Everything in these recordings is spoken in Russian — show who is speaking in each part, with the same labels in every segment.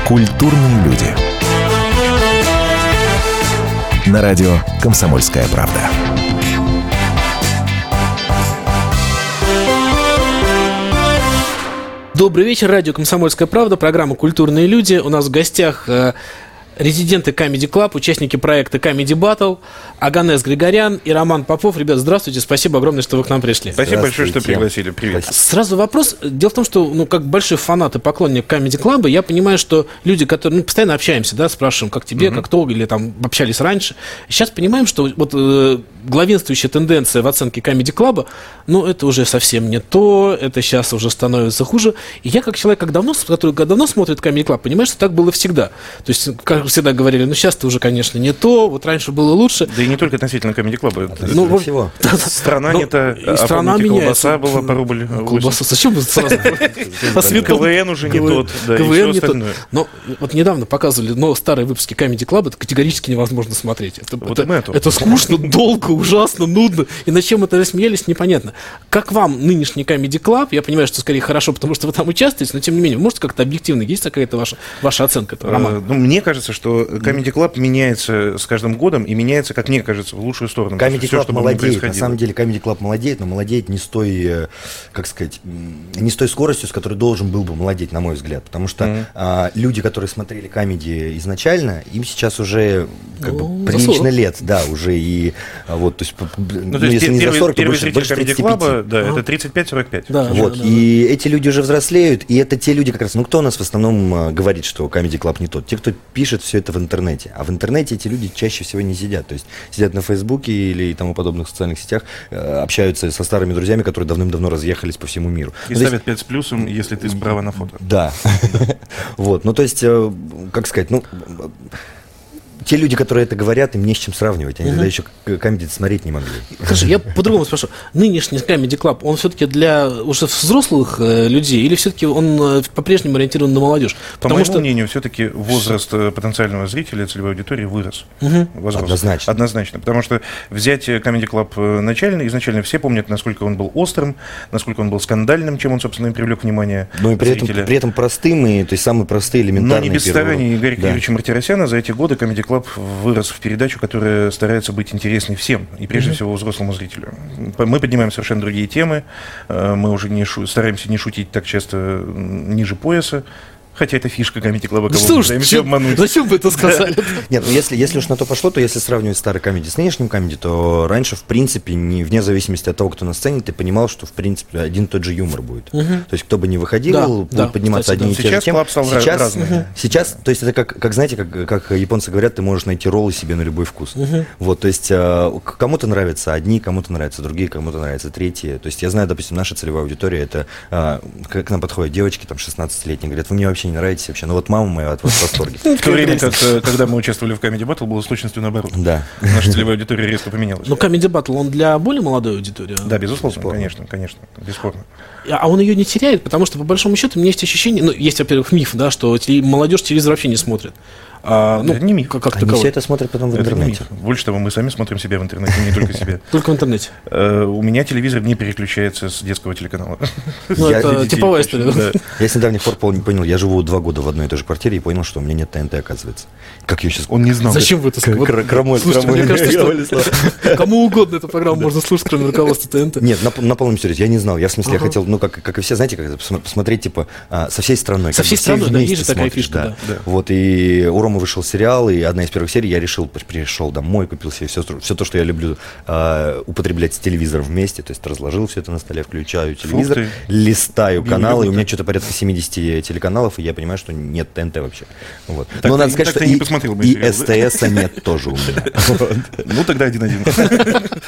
Speaker 1: Культурные люди. На радио «Комсомольская правда».
Speaker 2: Добрый вечер, радио «Комсомольская правда», программа «Культурные люди». У нас в гостях резиденты Comedy Club, участники проекта Comedy Battle, Оганес Григорян и Роман Попов. Ребят, здравствуйте, спасибо огромное, что вы к нам пришли.
Speaker 3: Спасибо большое, что пригласили. Привет.
Speaker 2: Сразу вопрос. Дело в том, что, как большой фанат и поклонник Comedy Club, я понимаю, что люди, которые постоянно общаемся, да, спрашиваем, как тебе, как то, или там общались раньше. Сейчас понимаем, что вот главенствующая тенденция в оценке Comedy Club, это уже совсем не то, это сейчас уже становится хуже. И я, как человек, который давно смотрит Comedy Club, понимаю, что так было всегда. То есть, как всегда говорили, сейчас-то уже, конечно, не то, вот раньше было луше.
Speaker 3: Да и не только относительно Comedy Club.
Speaker 2: Всего.
Speaker 3: Страна не та,
Speaker 2: страна
Speaker 3: колбаса была по рубль.
Speaker 2: Колбаса, зачем вы сразу?
Speaker 3: КВН уже не тот,
Speaker 2: КВН не тот. Но вот недавно показывали старые выпуски Comedy Club, это категорически невозможно смотреть. Это скучно, долго, ужасно, нудно. И над чем это смеялись, непонятно. Как вам нынешний Comedy Club? Я понимаю, что скорее хорошо, потому что вы там участвуете, но тем не менее, может, как-то объективно есть какая-то ваша оценка, Роман?
Speaker 3: Мне кажется, что Comedy Club меняется с каждым годом и меняется, как мне кажется, в лучшую сторону.
Speaker 4: Comedy Club молодеет. На самом деле Comedy Club молодеет, но молодеет не с той, не с той скоростью, с которой должен был бы молодеть, на мой взгляд. Потому что люди, которые смотрели комедии изначально, им сейчас уже прилично лет, да, уже и вот, то есть, если не за 40, то больше 35.
Speaker 3: Club, да, это 35-45.
Speaker 4: Да, и эти люди уже взрослеют, и это те люди как раз, кто у нас в основном говорит, что Comedy Club не тот? Те, кто пишет все это в интернете. А в интернете эти люди чаще всего не сидят. То есть сидят на Фейсбуке или тому подобных социальных сетях, общаются со старыми друзьями, которые давным-давно разъехались по всему миру.
Speaker 3: И ставят 5 с плюсом, если ты справа на фото.
Speaker 4: Да. Вот, то есть, как сказать, те люди, которые это говорят, им не с чем сравнивать. Они тогда еще комедий смотреть не могли.
Speaker 2: Хорошо, я по-другому спрошу. Нынешний Comedy Club, он все-таки для уже взрослых людей или все-таки он по-прежнему ориентирован на молодежь?
Speaker 3: По моему мнению, все-таки возраст потенциального зрителя, целевой аудитории вырос. Однозначно. Потому что взять Comedy Club изначально все помнят, насколько он был острым, насколько он был скандальным, чем он, собственно, и привлек внимание зрителя.
Speaker 4: При этом простым, то есть самые простые, элементарные.
Speaker 3: Но не без стараний Игоря Юрьевича Мартиросяна за эти годы Comedy Club вырос в передачу, которая старается быть интересной всем, и прежде всего взрослому зрителю. Мы поднимаем совершенно другие темы, мы уже стараемся не шутить так часто ниже пояса. Хотя это фишка Comedy Club, кого мы пытаемся обмануть.
Speaker 2: Зачем вы это сказали?
Speaker 4: Нет, если уж на то пошло, то если сравнивать старый комедий с нынешним комедий, то раньше, в принципе, вне зависимости от того, кто на сцене, ты понимал, что, в принципе, один и тот же юмор будет. То есть, кто бы ни выходил, будут подниматься одни и те же темы. Сейчас, то есть, это как, знаете, как японцы говорят, ты можешь найти роллы себе на любой вкус. Вот, то есть, кому-то нравятся одни, кому-то нравятся другие, кому-то нравятся третьи. То есть, я знаю, допустим, наша целевая аудитория, это к нам подходят девочки, там, 16-летние, говорят, вы мне вообще не нравитесь вообще. Вот мама моя от вас в восторге.
Speaker 3: В то время, когда мы участвовали в Comedy Battle, было с точностью наоборот.
Speaker 4: Да.
Speaker 3: Наша целевая аудитория резко поменялась.
Speaker 2: Но Comedy Battle, он для более молодой аудитории?
Speaker 3: Да, безусловно, конечно, бесспорно.
Speaker 2: А он ее не теряет, потому что, по большому счету, у меня есть ощущение, есть, во-первых, миф, да, что молодежь телевизор вообще не смотрит.
Speaker 3: Это не миф.
Speaker 4: Они все это смотрят потом в интернете.
Speaker 3: Больше того, мы сами смотрим себя в интернете, не только себя.
Speaker 2: Только в интернете.
Speaker 3: У меня телевизор не переключается с детского телеканала.
Speaker 2: Это типовая история.
Speaker 4: Я с недавних пор не понял, я живу 2 года в одной и той же квартире и понял, что у меня нет ТНТ, оказывается. Как я сейчас...
Speaker 3: Он не знал.
Speaker 2: Зачем вы это сказали? Слушайте, мне кажется, что кому угодно эту программу можно слушать, кроме руководства ТНТ.
Speaker 4: Нет, на полном серьезе, я не знал. Я в смысле хотел, как и все, знаете, посмотреть, со всей страной.
Speaker 2: Со всей страной, да, есть же такая фишка.
Speaker 4: Вот, и у Ромы вышел сериал, и одна из первых серий, я пришел домой, купил себе все то, что я люблю употреблять с телевизором вместе, то есть разложил все это на столе, включаю телевизор, листаю каналы, и у меня что-то порядка 70 телеканалов, и я понимаю, что нет ТНТ вообще. Вот. Но надо сказать, что и СТС нет тоже у меня.
Speaker 3: Ну, тогда 1-1.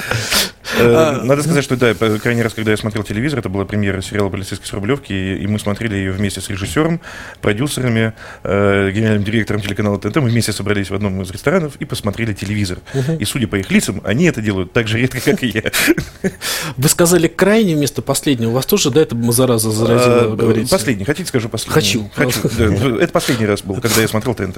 Speaker 3: Надо сказать, что да, крайний раз, когда я смотрел телевизор, это была премьера сериала «Полицейский с Рублевки», и мы смотрели ее вместе с режиссером, продюсерами, генеральным директором телеканала ТНТ. Мы вместе собрались в одном из ресторанов и посмотрели телевизор. И, судя по их лицам, они это делают так же редко, как и я.
Speaker 2: Вы сказали крайне вместо последнего. У вас тоже, да, это зараза заразила, говорите?
Speaker 3: Последний. Хотите, скажу последний?
Speaker 2: Хочу.
Speaker 3: Да. Это последний раз был, когда я смотрел ТНТ.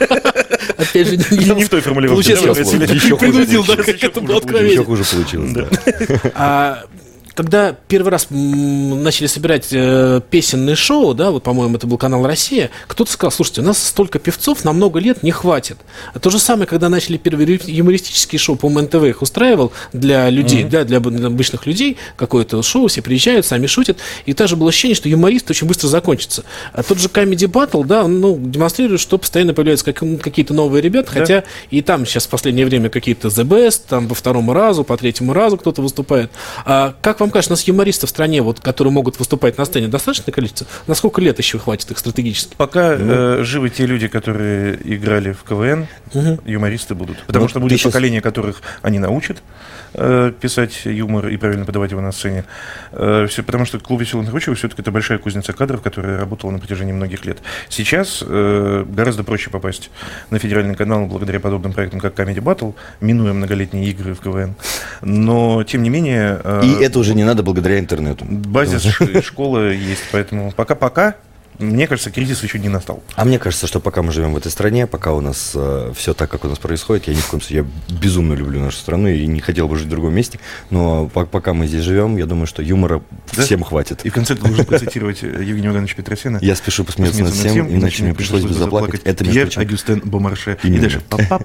Speaker 2: Опять же,
Speaker 3: не в той формулировке.
Speaker 2: Получается, принудил, да, как это было откровение.
Speaker 4: Еще хуже получилось, да.
Speaker 2: когда первый раз начали собирать песенные шоу, да, вот, по-моему, это был канал «Россия», кто-то сказал, слушайте, у нас столько певцов на много лет не хватит. То же самое, когда начали первые юмористические шоу, по-моему, НТВ их устраивал для людей, для обычных людей, какое-то шоу, все приезжают, сами шутят, и также было ощущение, что юморист очень быстро закончится. А тот же Comedy Battle, да, он демонстрирует, что постоянно появляются какие-то новые ребята, хотя и там сейчас в последнее время какие-то The Best, там по второму разу, по третьему разу кто-то выступает. А как вам кажется, у нас юмористов в стране, вот, которые могут выступать на сцене, достаточное количество? На сколько лет еще хватит их стратегически?
Speaker 3: Пока живы те люди, которые играли в КВН, юмористы будут. Потому что будет поколение, которых они научат писать юмор и правильно подавать его на сцене. Потому что клуб «Веселых находчивых» все-таки это большая кузница кадров, которая работала на протяжении многих лет. Сейчас гораздо проще попасть на федеральный канал благодаря подобным проектам, как Comedy Battle, минуя многолетние игры в КВН. Но, тем не менее...
Speaker 4: И это уже не надо благодаря интернету.
Speaker 3: Базис школы есть, поэтому пока-пока. Мне кажется, кризис еще не настал.
Speaker 4: А мне кажется, что пока мы живем в этой стране, пока у нас все так, как у нас происходит, я ни в коем случае, я безумно люблю нашу страну и не хотел бы жить в другом месте, но пока мы здесь живем, я думаю, что юмора всем хватит.
Speaker 3: И в конце ты должен процитировать Евгения Ивановича Петросяна.
Speaker 4: Я спешу посмеяться над всем, иначе мне пришлось бы заплакать. Это
Speaker 3: Пьер Агюстен Бомарше. И дальше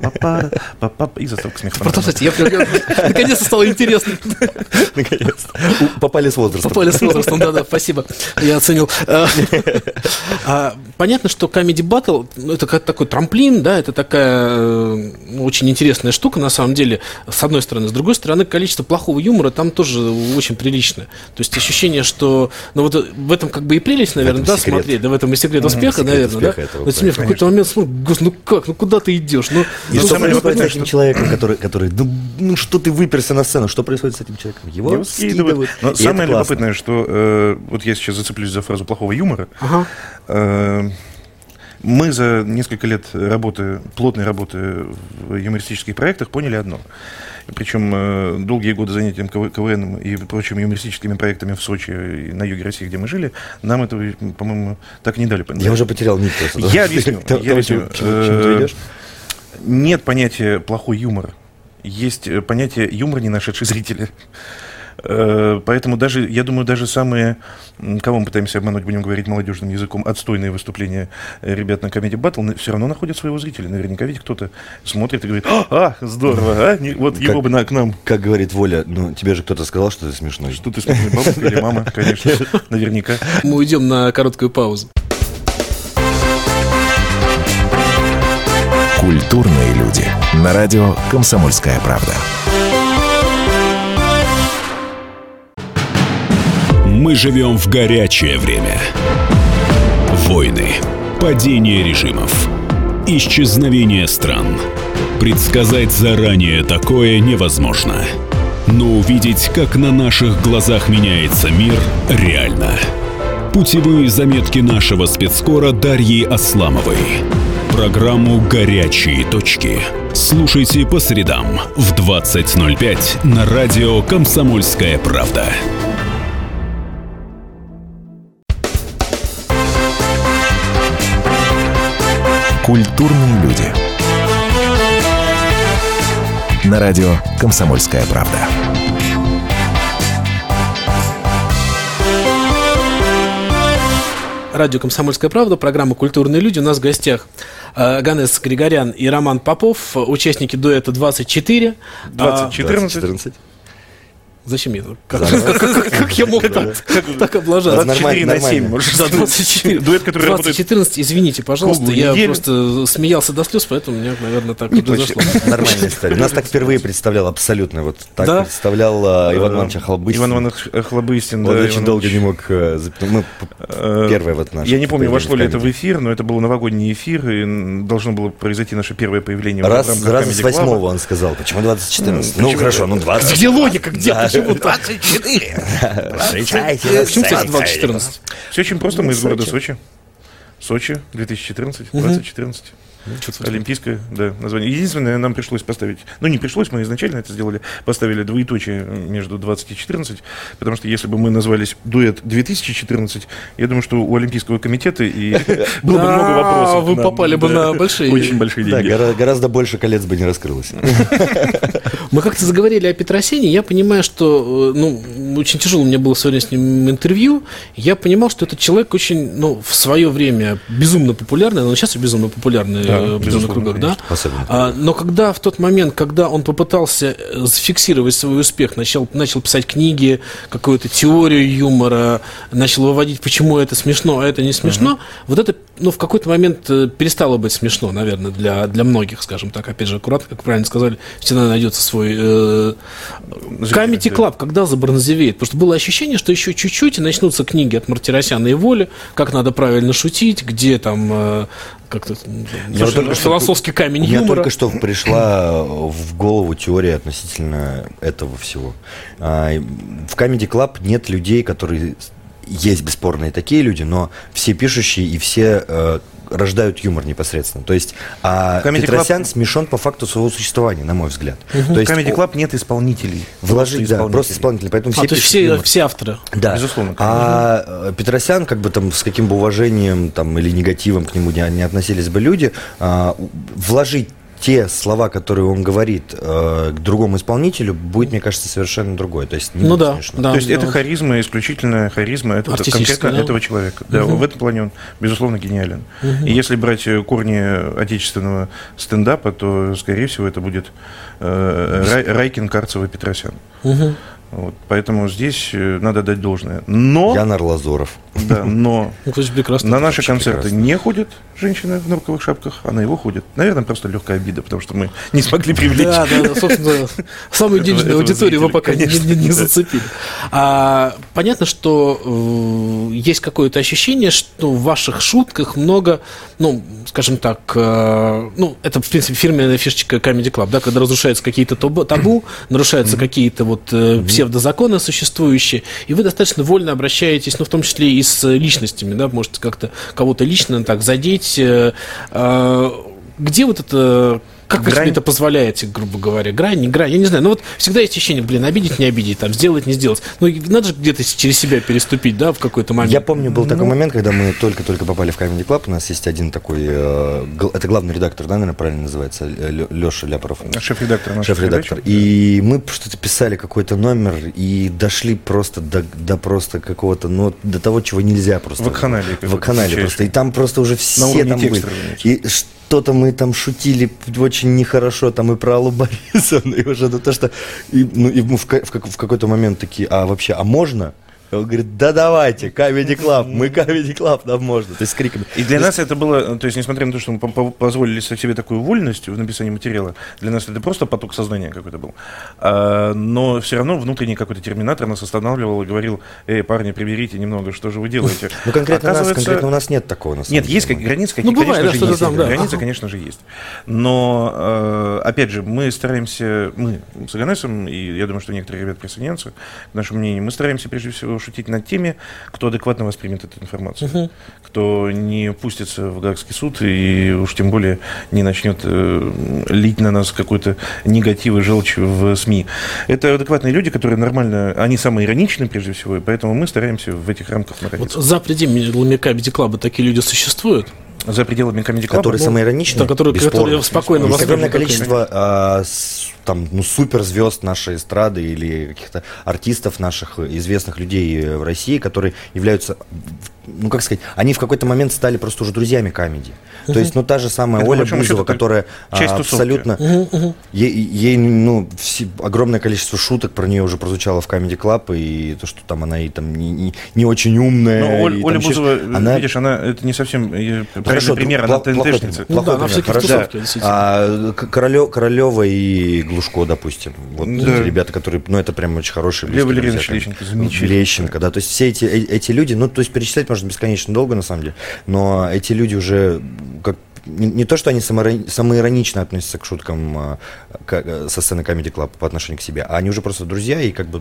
Speaker 3: и заставка смеха.
Speaker 2: Продолжайте, наконец-то стало интересно.
Speaker 4: Наконец-то. Попали с возрастом.
Speaker 2: Попали с возрастом, да, спасибо. Я оценил. Понятно, что Comedy Battle это как такой трамплин, да, это такая очень интересная штука на самом деле, с одной стороны. С другой стороны, количество плохого юмора там тоже очень приличное. То есть ощущение, что вот в этом как бы и прелесть, наверное, да, секрет. Смотреть, да, в этом и секрет успеха, наверное, да. Но тебе в какой-то момент смотришь, господи, куда ты идешь?
Speaker 4: И что происходит с этим человеком, который, ну что ты выперся на сцену, что происходит с этим человеком? Его скидывают.
Speaker 3: Но самое любопытное, что вот я сейчас зацеплюсь за фразу плохого юмора. Мы за несколько лет плотной работы в юмористических проектах поняли одно. Причем долгие годы занятием КВН и прочими юмористическими проектами в Сочи и на юге России, где мы жили, нам этого, по-моему, так и не дали.
Speaker 4: Я уже потерял нить просто.
Speaker 3: Я объясню. Нет понятия плохой юмор. Есть понятие юмор, не нашедший зрителя. Поэтому даже, я думаю, даже самые, кого мы пытаемся обмануть, будем говорить молодежным языком, отстойные выступления ребят на Comedy Battle, все равно находят своего зрителя. Наверняка ведь кто-то смотрит и говорит, здорово, вот его бы к нам.
Speaker 4: Как говорит Воля, ну тебе же кто-то сказал, что ты смешной.
Speaker 3: Что ты смешной, бабушка или мама, конечно, наверняка.
Speaker 2: Мы уйдем на короткую паузу.
Speaker 1: Культурные люди. На радио «Комсомольская правда».
Speaker 5: Мы живем в горячее время. Войны, падение режимов, исчезновение стран. Предсказать заранее такое невозможно. Но увидеть, как на наших глазах меняется мир, реально. Путевые заметки нашего спецкора Дарьи Асламовой. Программу «Горячие точки» слушайте по средам в 20:05 на радио «Комсомольская правда».
Speaker 1: Культурные люди. На радио «Комсомольская правда».
Speaker 2: Радио «Комсомольская правда», программа «Культурные люди». У нас в гостях Оганес Григорян и Роман Попов, участники дуэта 24.
Speaker 3: 2014.
Speaker 2: Зачем я? Как я мог так облажаться?
Speaker 3: 24 на 7, может,
Speaker 2: 24.
Speaker 3: Дуэт, который работает
Speaker 2: 2014, извините, пожалуйста, я просто смеялся до слез, поэтому у меня, наверное, так и произошло.
Speaker 4: Нормальная история. Нас так впервые представлял абсолютно, вот так представлял Иван Иванович Охлобыстин.
Speaker 3: Иван Иванович Охлобыстин, да.
Speaker 4: Он очень долго не мог... Мы первое вот наше.
Speaker 3: Я не помню, вошло ли это в эфир, но это был новогодний эфир, и должно было произойти наше первое появление.
Speaker 4: Раз с 8-го он сказал, почему 2014? Ну, хорошо, 20.
Speaker 2: Где логика, где? Почему
Speaker 4: 24?
Speaker 2: Почему, кстати, 2014?
Speaker 3: Все очень просто, мы из города Сочи. Сочи, 2014, 2014. Олимпийское, да, название. Единственное, нам пришлось поставить, не пришлось, мы изначально это сделали, поставили двоеточие между 20 и 14, потому что если бы мы назвались дуэт 2014, я думаю, что у Олимпийского комитета и было бы много вопросов.
Speaker 2: Вы попали бы на большие...
Speaker 3: Очень большие деньги.
Speaker 4: Да, гораздо больше колец бы не раскрылось.
Speaker 2: Мы как-то заговорили о Петросяне, я понимаю, что, очень тяжело мне было сегодня с ним интервью, я понимал, что этот человек очень, в свое время безумно популярный, но сейчас безумно популярный в определенных кругах, да? Но когда в тот момент, когда он попытался зафиксировать свой успех, начал писать книги, какую-то теорию юмора, начал выводить, почему это смешно, а это не смешно, вот это, в какой-то момент перестало быть смешно, наверное, для многих, скажем так, опять же, аккуратно, как правильно сказали, всегда найдется свой Comedy Club, когда забронзовеет, потому что было ощущение, что еще чуть-чуть и начнутся книги от Мартиросяна и Воли, как надо правильно шутить, где там как-то философский камень юмора.
Speaker 4: Мне только что пришла в голову теория относительно этого всего. В Comedy Club нет людей, которые... Есть бесспорные такие люди, но все пишущие и все рождают юмор непосредственно. То есть Петросян смешон по факту своего существования, на мой взгляд.
Speaker 3: То есть, в Comedy Club нет исполнителей.
Speaker 4: Вложить, просто исполнители. Поэтому
Speaker 2: то есть все авторы.
Speaker 4: Да.
Speaker 3: Безусловно.
Speaker 4: А Петросян, с каким бы уважением или негативом к нему не относились бы люди, вложить те слова, которые он говорит к другому исполнителю, будет, мне кажется, совершенно другое. То есть не будет смешно.
Speaker 3: То есть это харизма, исключительная харизма конкретно этого человека. Да, в этом плане он, безусловно, гениален. И если брать корни отечественного стендапа, то, скорее всего, это будет Райкин, Карцева, Петросян. Поэтому здесь надо дать должное. Но...
Speaker 4: Ян Арлазоров.
Speaker 3: Да, но на наши концерты не ходят женщины в норковых шапках, а на его ходят. Наверное, просто легкая обида, потому что мы не смогли привлечь.
Speaker 2: Да, собственно, самую денежную аудиторию вы пока не зацепили. Понятно, что есть какое-то ощущение, что в ваших шутках много, скажем так, это, в принципе, фирменная фишечка Comedy Club, да, когда разрушаются какие-то табу, нарушаются какие-то псевдозаконы существующие, и вы достаточно вольно обращаетесь, в том числе и с личностями, да, можете как-то кого-то лично так задеть. Где это... Как вы себе это позволяете, грубо говоря? Грань, не грань? Я не знаю. Всегда есть ощущение, обидеть, не обидеть, сделать, не сделать. Надо же где-то через себя переступить, да, в какой-то момент.
Speaker 4: Я помню, был такой момент, когда мы только-только попали в Comedy Club. У нас есть один такой... это главный редактор, да, наверное, правильно называется? Леша Ляпоров.
Speaker 3: Шеф-редактор.
Speaker 4: Шеф-редактор. И мы что-то писали, какой-то номер, и дошли просто до просто какого-то... до того, чего нельзя просто. Вакханалии просто. И там просто уже все там были. И что-то мы там шутили очень нехорошо, и про Аллу Борисовну, и уже то, что... И мы в какой-то момент такие, вообще, можно? Он говорит, да давайте, Comedy Club, мы Comedy Club, нам можно. То есть с криками.
Speaker 3: И для нас это было, то есть несмотря на то, что мы позволили себе такую вольность в написании материала, для нас это просто поток сознания какой-то был. Но все равно внутренний какой-то терминатор нас останавливал и говорил, парни, приберите немного, что же вы делаете?
Speaker 4: Конкретно у нас нет такого.
Speaker 3: Нет, есть границы какие-то, конечно же есть. Границы, конечно же, есть. Но, опять же, мы стараемся, мы с Оганесом, и я думаю, что некоторые ребята присоединятся к нашему мнению, мы стараемся прежде всего шутить над теми, кто адекватно воспримет эту информацию, кто не пустится в Гаагский суд и уж тем более не начнет лить на нас какой-то негатив и желчь в СМИ. Это адекватные люди, которые нормально, они самые ироничные прежде всего, и поэтому мы стараемся в этих рамках находиться.
Speaker 2: За пределами Comedy Club такие люди существуют?
Speaker 3: За пределами Comedy Club?
Speaker 4: Которые самоироничные?
Speaker 2: Которые спокойно...
Speaker 4: Есть огромное количество суперзвезд нашей эстрады или каких-то артистов наших, известных людей в России, которые являются, они в какой-то момент стали просто уже друзьями комедии. То есть, та же самая Оля Бузова, которая абсолютно... Ей огромное количество шуток про нее уже прозвучало в Comedy Club, и то, что там она и не очень умная.
Speaker 3: Но Оля Бузова, видишь, она это не совсем правильный пример, она ТНТшница.
Speaker 2: Она все-таки в тусовке, действительно.
Speaker 4: Королева и Глушко, допустим. Ребята, которые, это прям очень хорошие.
Speaker 3: Лев Валерьянович Лещенко, замечательно.
Speaker 4: Лещенко, да. То есть все эти люди, перечислять можно бесконечно долго, на самом деле, но эти люди уже не то, что они самоиронично относятся к шуткам со сцены Comedy Club по отношению к себе, а они уже просто друзья, и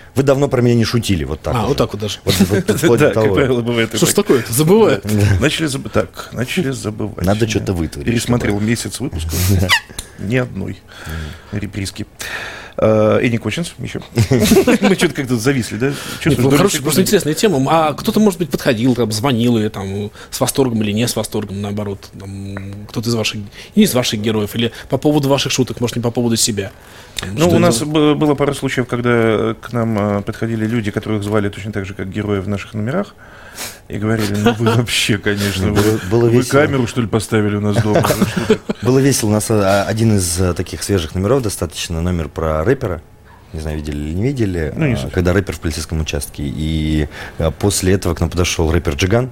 Speaker 4: вы давно про меня не шутили, вот так.
Speaker 2: Вот так вот даже.
Speaker 3: Да, как правило, бывает.
Speaker 2: Что ж такое-то? Забывают.
Speaker 3: Начали забывать.
Speaker 4: Надо что-то вытворить.
Speaker 3: Пересмотрел месяц выпусков. Ни одной реприски. Энни Кочинс еще. Мы что-то как-то зависли, да?
Speaker 2: Хорошая, просто интересная тема. А кто-то, может быть, подходил, там, звонил, или там с восторгом или не с восторгом, наоборот. Кто-то из ваших героев, или по поводу ваших шуток, может, не по поводу себя.
Speaker 3: У нас было пару случаев, когда к нам подходили люди, которых звали точно так же, как герои в наших номерах, и говорили, вы вообще, конечно, вы камеру, что ли, поставили у нас дома?
Speaker 4: Было весело. У нас один из таких свежих номеров, достаточно номер про рэпера. Не знаю, видели или не видели, когда рэпер в полицейском участке. И после этого к нам подошел рэпер Джиган.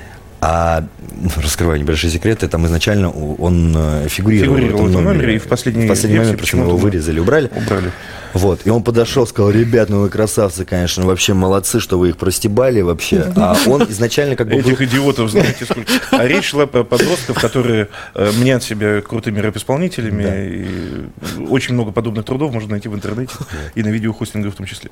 Speaker 4: Раскрываю небольшие секреты, там изначально он фигурировал в этом номере,
Speaker 3: и в последний
Speaker 4: момент, почему его вырезали, убрали. Вот, и он подошел, сказал, ребят, вы красавцы, конечно, вообще молодцы, что вы их простебали вообще. А он изначально как бы...
Speaker 3: Этих идиотов, знаете, сколько. А речь шла про подростков, которые мнят себя крутыми рэп-исполнителями. Да. И очень много подобных трудов можно найти в интернете и на видеохостинге в том числе.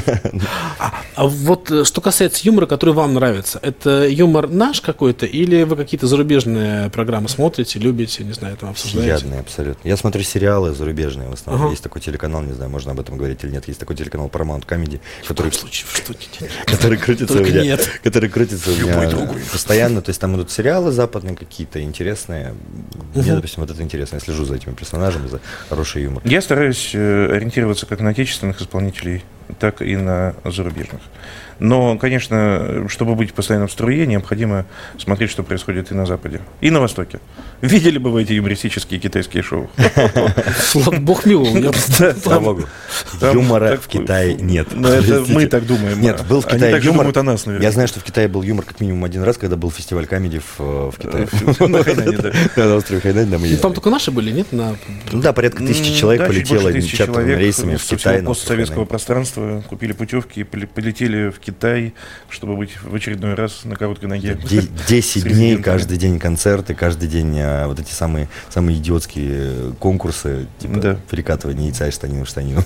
Speaker 2: А вот что касается юмора, который вам нравится, это юмор наш какой-то, или вы какие-то зарубежные программы смотрите, любите, не знаю, там обсуждаете?
Speaker 4: Всеядные, абсолютно. Я смотрю сериалы зарубежные в основном. Есть такой телеканал, не знаю, можно об этом говорить или нет, есть такой телеканал Paramount Comedy, который крутится у меня постоянно, то есть там идут сериалы западные какие-то интересные. Мне, допустим, вот это интересно, я слежу за этими персонажами, за хороший юмор.
Speaker 3: Я стараюсь ориентироваться как на отечественных исполнителей, так и на зарубежных. Но, конечно, чтобы быть постоянно в струе, необходимо смотреть, что происходит и на Западе, и на Востоке. Видели бы вы эти юмористические китайские шоу?
Speaker 2: Бог миловал.
Speaker 4: Слава богу. Юмора в Китае нет.
Speaker 3: Мы так думаем.
Speaker 4: Нет, был в Китае юмор.
Speaker 3: О нас, наверное.
Speaker 4: Я знаю, что в Китае был юмор как минимум один раз, когда был фестиваль комедий в Китае.
Speaker 3: На Хайнане, да.
Speaker 4: На острове Хайнань.
Speaker 2: Там только наши были, нет?
Speaker 4: Да, порядка 1000 человек полетело частными рейсами в Китай.
Speaker 3: Постсоветского пространства купили путевки и полетели в Китай, чтобы быть в очередной раз на короткой ноге.
Speaker 4: 10 дней, каждый день концерты, каждый день вот эти самые идиотские конкурсы, типа перекатывание яйца из штанин в штанину.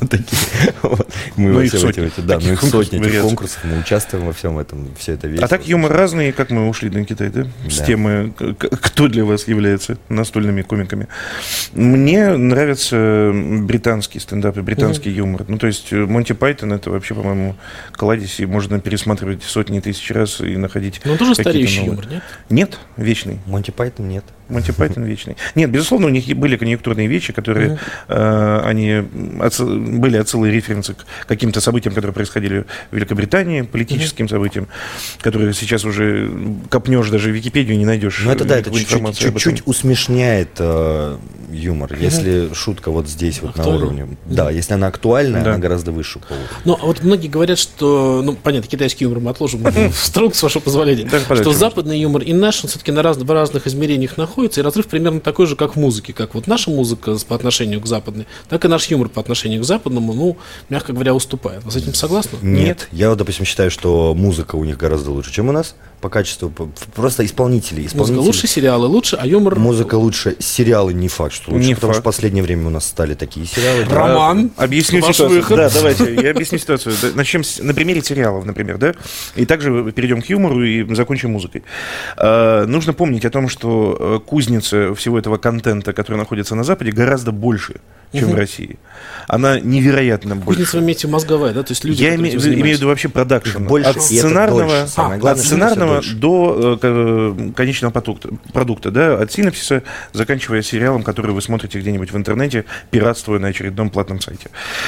Speaker 4: Мы их сотни этих конкурсов, мы участвуем во всем этом, все это весело.
Speaker 3: А так юмор разный, как мы ушли на Китай, да? С темы, кто для вас является настольными комиками. Мне нравится британский стендап и британский юмор. Ну, то есть Монти Пайтон — это вообще, по-моему, кладезь, и можно пересматривать сотни тысяч раз и находить.
Speaker 2: Но он тоже стареющий юмор, нет?
Speaker 3: Нет, вечный.
Speaker 4: Монти Пайтон нет.
Speaker 3: Монти Пайтон вечный. Нет, безусловно, у них были конъюнктурные вещи, которые они были отсылы, референсы к каким-то событиям, которые происходили в Великобритании, политическим событиям, которые сейчас уже копнешь, даже в Википедию не найдешь.
Speaker 4: Ну это да, это чуть-чуть усмешняет юмор. Если шутка вот здесь вот на уровне, да, если она актуальна, она гораздо выше по уровню.
Speaker 2: Ну, а вот многие говорят, что, ну, понятно, китайский юмор мы отложим в сторону, с вашего позволения, что западный юмор и наш, он все-таки в разных измерениях находится, и разрыв примерно такой же, как в музыке. Как вот наша музыка по отношению к западной, так и наш юмор по отношению к западному, ну, мягко говоря, уступает. Вы с этим согласны?
Speaker 4: Нет. Я вот, допустим, считаю, что музыка у них гораздо лучше, чем у нас по качеству. Просто исполнители.
Speaker 2: Музыка лучше, сериалы лучше, а юмор...
Speaker 4: Музыка лучше, сериалы не факт, что лучше, потому что в последнее время у нас стали такие сериалы.
Speaker 2: Роман,
Speaker 3: объясню ситуацию. Да, давайте, я объясню ситуацию. Начнем на примере сериалов, например, да? И также перейдем к юмору и закончим музыкой. Нужно помнить о том, что кузница всего этого контента, который находится на Западе, гораздо больше, чем в России. Она невероятно больше.
Speaker 2: Кузница, вы имеете мозговая, да? То есть люди,
Speaker 3: я имею в виду вообще продакшн.
Speaker 4: От
Speaker 3: сценарного до конечного продукта, да? От синопсиса, заканчивая сериалом, который вы смотрите где-нибудь в интернете, пиратствуя на очередном платном сайте.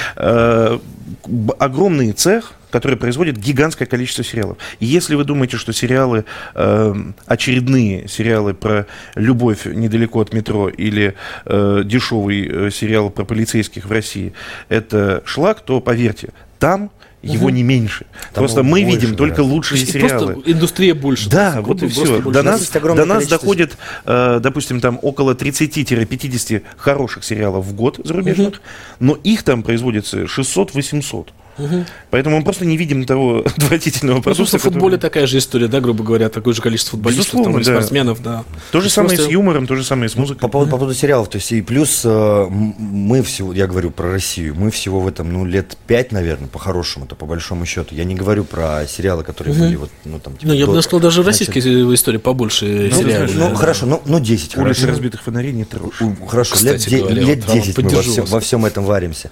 Speaker 3: Огромный цех, который производит гигантское количество сериалов. И если вы думаете, что сериалы, очередные сериалы про любовь недалеко от метро или дешевый сериал про полицейских в России, это шлак, то поверьте, там его не меньше. Там просто мы видим только лучшие сериалы.
Speaker 2: Просто индустрия больше.
Speaker 3: Да, вот и все. До нас доходит, допустим, там около 30-50 хороших сериалов в год зарубежных, но их там производится 600-800. Поэтому мы просто не видим того отвратительного продукта.
Speaker 2: Собственно, в футболе такая же история, да, грубо говоря, такое же количество футболистов, там, спортсменов, да.
Speaker 3: То же самое с юмором, то же самое с музыкой.
Speaker 4: По поводу сериалов, то есть и плюс мы всего, я говорю про Россию, мы всего в этом, лет 5, наверное, по-хорошему-то, по большому счету. Я не говорю про сериалы, которые были вот, там, типа...
Speaker 2: я бы сказал, даже российские истории побольше сериалов.
Speaker 4: Хорошо, 10.
Speaker 3: Улицы разбитых фонарей не трожь.
Speaker 4: Хорошо, лет 10 мы во всем этом варимся.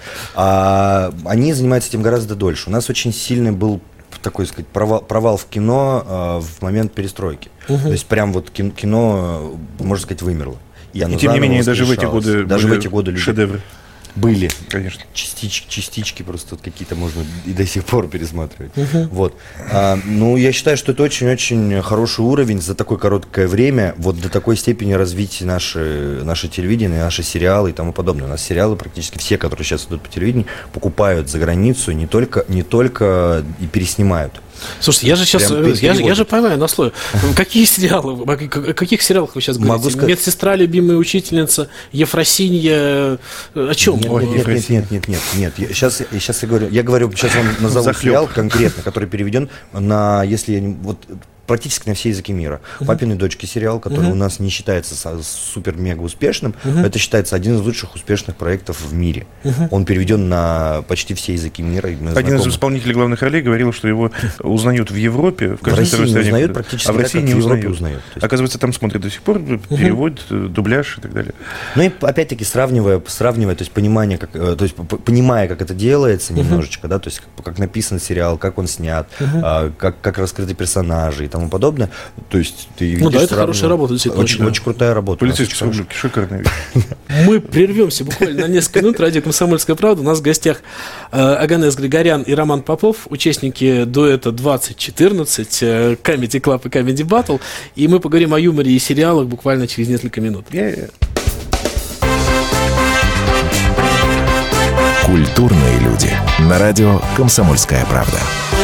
Speaker 4: Они занимаются этим гораздо дольше. У нас очень сильный был, такой сказать, провал в кино в момент перестройки. То есть прям вот кино, можно сказать, вымерло.
Speaker 3: И тем не менее, даже в эти годы шедевры.
Speaker 4: Были,
Speaker 3: конечно.
Speaker 4: Частички просто вот какие-то можно и до сих пор пересматривать. Вот. Я считаю, что это очень-очень хороший уровень за такое короткое время, вот до такой степени развить наше телевидение, наши сериалы и тому подобное. У нас сериалы практически все, которые сейчас идут по телевидению, покупают за границу, не только и переснимают.
Speaker 2: Слушайте, я же поймаю на слове. Какие сериалы? О каких сериалах вы сейчас говорите? Медсестра, любимая учительница, Ефросинья. О чем?
Speaker 4: Нет. Сейчас я говорю, сейчас вам назову сериал конкретно, который переведен на, практически на все языки мира. «Папины дочки» сериал, который у нас не считается супер-мега успешным, это считается один из лучших успешных проектов в мире. Он переведен на почти все языки мира.
Speaker 3: Один из исполнителей главных ролей говорил, что его узнают в Европе,
Speaker 4: в России не узнают практически,
Speaker 3: а в России не
Speaker 4: узнают.
Speaker 3: Оказывается, там смотрят до сих пор, перевод, дубляж и так далее.
Speaker 4: Ну и опять-таки сравнивая, то есть понимая, как это делается немножечко, да, то есть как написан сериал, как он снят, как раскрыты персонажи и тому подобное. То есть ты видишь,
Speaker 2: это хорошая работа, действительно.
Speaker 4: Очень крутая работа.
Speaker 3: Полицейские с Рублевки, шикарная вещь.
Speaker 2: Мы прервемся буквально на несколько минут. Радио «Комсомольская правда». У нас в гостях Оганес Григорян и Роман Попов, участники дуэта 2014, Comedy Club и Comedy Battle. И мы поговорим о юморе и сериалах буквально через несколько минут.
Speaker 1: Культурные люди. На радио «Комсомольская правда».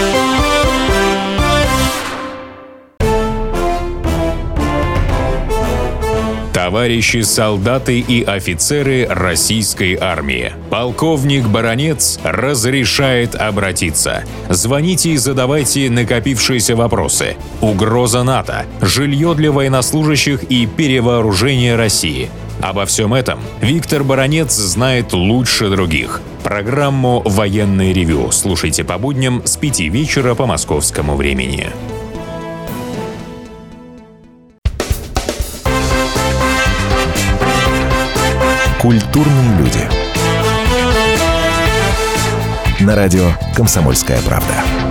Speaker 5: Товарищи солдаты и офицеры российской армии. Полковник Баранец разрешает обратиться. Звоните и задавайте накопившиеся вопросы. Угроза НАТО, жилье для военнослужащих и перевооружение России. Обо всем этом Виктор Баранец знает лучше других. Программу «Военное ревю» слушайте по будням с 5 вечера по московскому времени.
Speaker 1: Культурные люди. На радио «Комсомольская правда».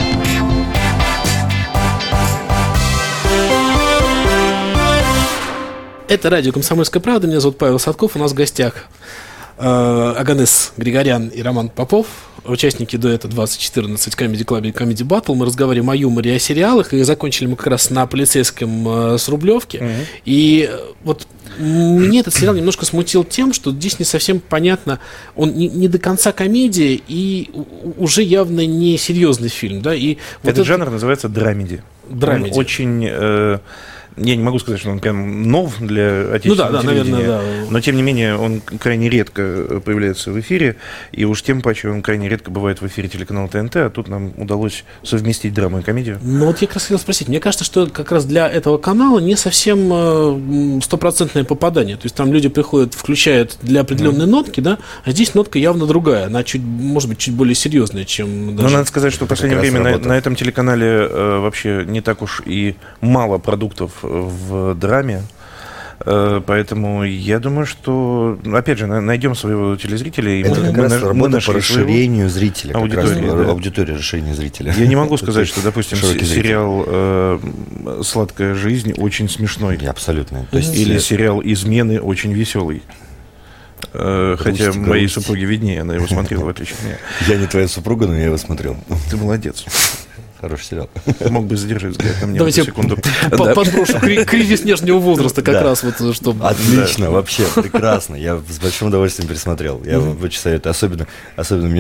Speaker 2: Это радио «Комсомольская правда». Меня зовут Павел Садков. У нас в гостях Оганес Григорян и Роман Попов, участники дуэта 2014 Comedy Club и Comedy Battle. Мы разговариваем о юморе и о сериалах. И закончили мы как раз на полицейском с Рублевки. И вот мне этот сериал немножко смутил тем, что здесь не совсем понятно, он не до конца комедия и уже явно не серьезный фильм, да? И
Speaker 3: этот жанр называется драмеди. Он очень... Я не могу сказать, что он прям нов для отечественного телевидения, наверное, да. Но тем не менее он крайне редко появляется в эфире, и уж тем паче он крайне редко бывает в эфире телеканала ТНТ, а тут нам удалось совместить драму и комедию.
Speaker 2: Ну вот я как раз хотел спросить, мне кажется, что как раз для этого канала не совсем стопроцентное попадание, то есть там люди приходят, включают для определенной нотки, да, а здесь нотка явно другая, она может быть чуть более серьезная, чем даже...
Speaker 3: Но надо сказать, что в последнее время на этом телеканале вообще не так уж и мало продуктов в драме, поэтому я думаю, что, опять же, найдем своего телезрителя. И
Speaker 4: это как раз работа по расширению зрителя,
Speaker 3: аудитории,
Speaker 4: расширения зрителя.
Speaker 3: Я не могу сказать, что, допустим, сериал «Сладкая жизнь» очень смешной.
Speaker 4: Абсолютно.
Speaker 3: Или сериал «Измены» очень веселый. Хотя моей супруге виднее, она его смотрела, в отличие от меня.
Speaker 4: Я не твоя супруга, но я его смотрел.
Speaker 3: Ты молодец.
Speaker 4: Хороший сериал.
Speaker 3: Мог бы задержать взгляд на меня.
Speaker 2: Давайте секунду. Подброшу кризис нежного возраста как раз. Чтобы...
Speaker 4: Отлично, вообще прекрасно. Я с большим удовольствием пересмотрел. Я очень советую. Особенно мне